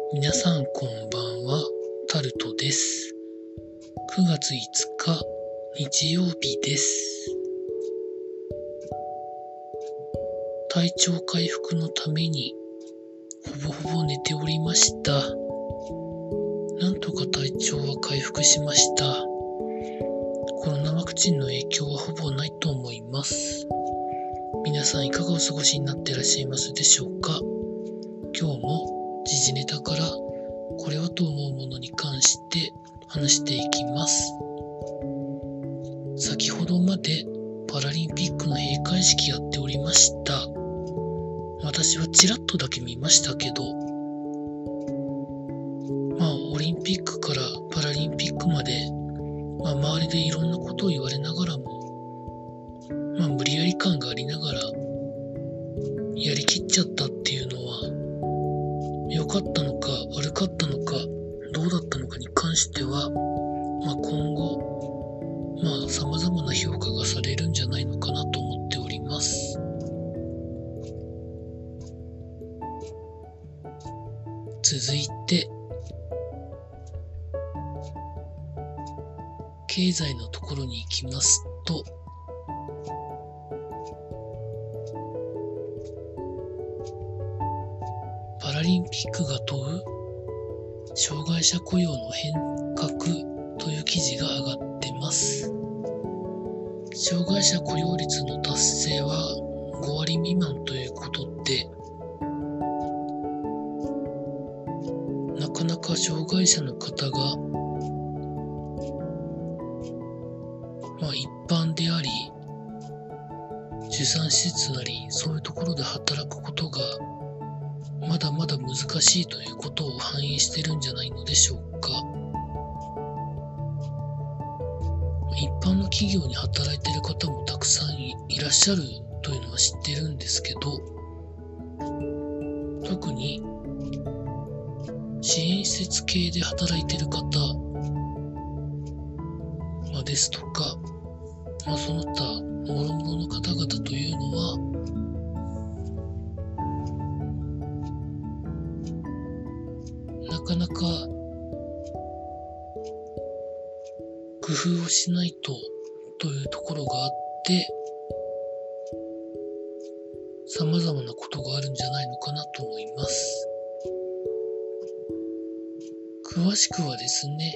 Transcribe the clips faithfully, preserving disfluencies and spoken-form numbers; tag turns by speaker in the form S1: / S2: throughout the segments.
S1: 皆さんこんばんは、タルトです。くがついつか日曜日です。体調回復のためにほぼほぼ寝ておりました。なんとか体調は回復しました。コロナワクチンの影響はほぼないと思います。皆さんいかがお過ごしになっていらっしゃいますでしょうか。今日も時事ネタからこれはと思うものに関して話していきます。先ほどまでパラリンピックの閉会式やっておりました。私はちらっとだけ見ましたけど、まあオリンピックからパラリンピックまで、まあ、周りでいろんなことを言われながらも、まあ無理やり感がありながらやりきっちゃったっていうのは良かったのか悪かったのかどうだったのかに関しては、まあ、今後まあ様々な評価がされるんじゃないのかなと思っております。続いて経済のところに行きますと、パラリンピックが問う障害者雇用の変革という記事が上がってます。障害者雇用率の達成はごわり未満ということで、なかなか障害者の方が、まあ、一般であり受産施設なりそういうところで働くことがまだまだ難しいということを反映してるんじゃないのでしょうか。一般の企業に働いている方もたくさん い, いらっしゃるというのは知ってるんですけど、特に支援施設系で働いている方、まあ、ですとか、まあ、その他諸々の方々というのはなかなか工夫をしないとというところがあって、様々なことがあるんじゃないのかなと思います。詳しくはですね、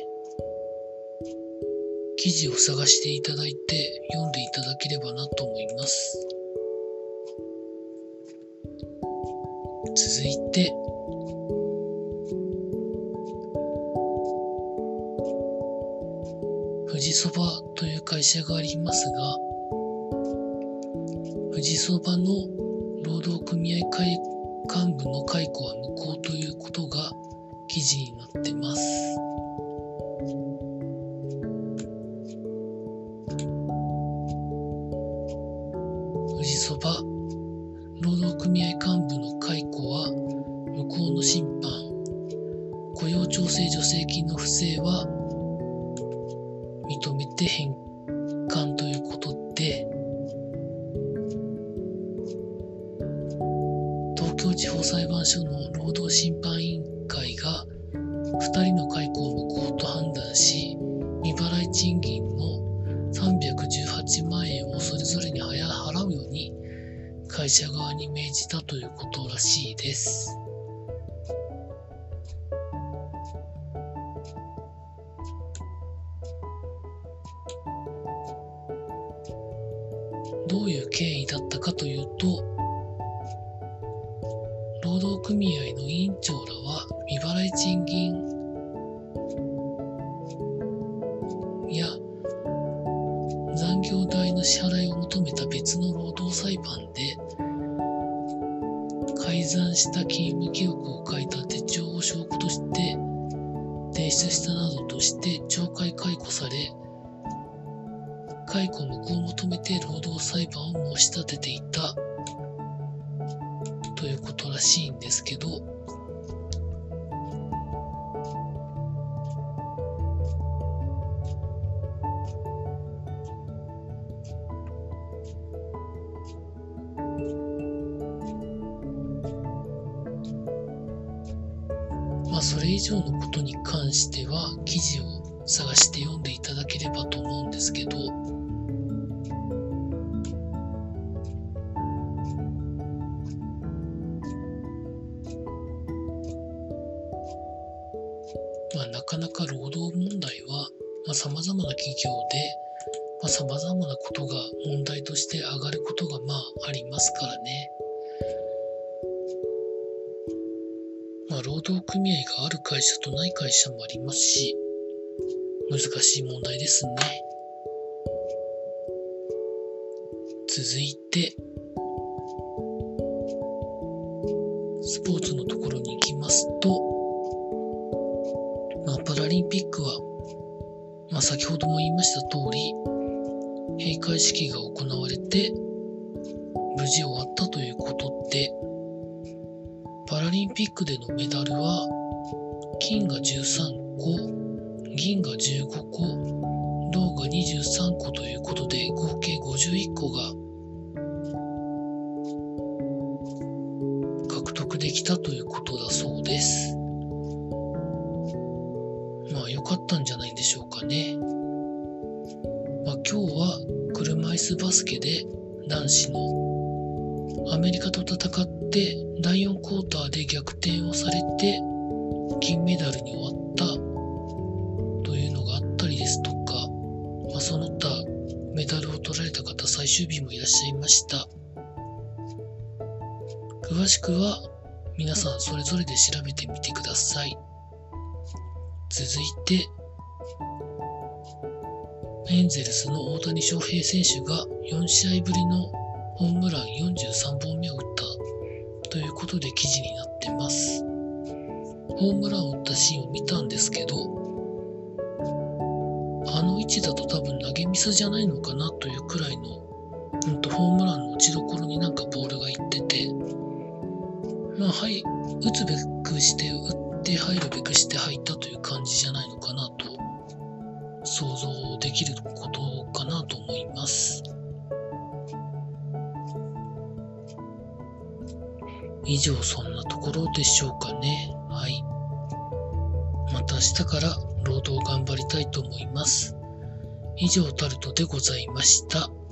S1: 記事を探していただいて読んでいただければなと思います。続いて富士そばという会社がありますが、富士そばの労働組合会幹部の解雇は無効ということが記事になってます。富士そば労働組合幹部の解雇は無効の審判、雇用調整助成金の不正は認めて返還ということで、東京地方裁判所の労働審判委員会がふたりの解雇を無効と判断し、未払い賃金のさんびゃくじゅうはちまんえんをそれぞれに払うように会社側に命じたということらしいです。どういう経緯だったかというと、労働組合の委員長らは未払い賃金や残業代の支払いを求めた別の労働裁判で改ざんした勤務記録を書いた手帳を証拠として提出したなどとして懲戒解雇され、解雇無効を求めて労働裁判を申し立てていたということらしいんですけど、まあそれ以上のことに関しては記事を探して読んでいただければと思うんですけど、まあ、なかなか労働問題は、まあ、様々な企業で、まあ、様々なことが問題として上がることがまあありますからね。まあ、労働組合がある会社とない会社もありますし、難しい問題ですね。続いて、スポーツのところに行きますと、まあ、パラリンピックは、まあ、先ほども言いました通り、閉会式が行われて、無事終わったということで、パラリンピックでのメダルは、金がじゅうさんこ、銀がじゅうごこ、銅がにじゅうさんこということで、合計ごじゅういっこが獲得できたということだそうです。まあ良かったんじゃないでしょうかね。まあ今日は車椅子バスケで男子のアメリカと戦ってだいよんクォーターで逆転をされて金メダルに終わったというのがあったりですとか、まあ、その他メダルを取られた方最終日もいらっしゃいました。詳しくは皆さんそれぞれで調べてみてください。続いてエンゼルスの大谷翔平選手がよんしあいぶりのホームランよんじゅうさんぼんめを打ったということで記事になってます。ホームランを打ったシーンを見たんですけど、あの位置だと多分投げミスじゃないのかなというくらいの、うんとホームランの打ちどころになんかボールがいってて、まあはい、打つべくして打って入るべくして入ったという感じじゃないのかなと想像できることかなと思います。以上そんなところでしょうかね。はい。また明日から労働頑張りたいと思います。以上タルトでございました。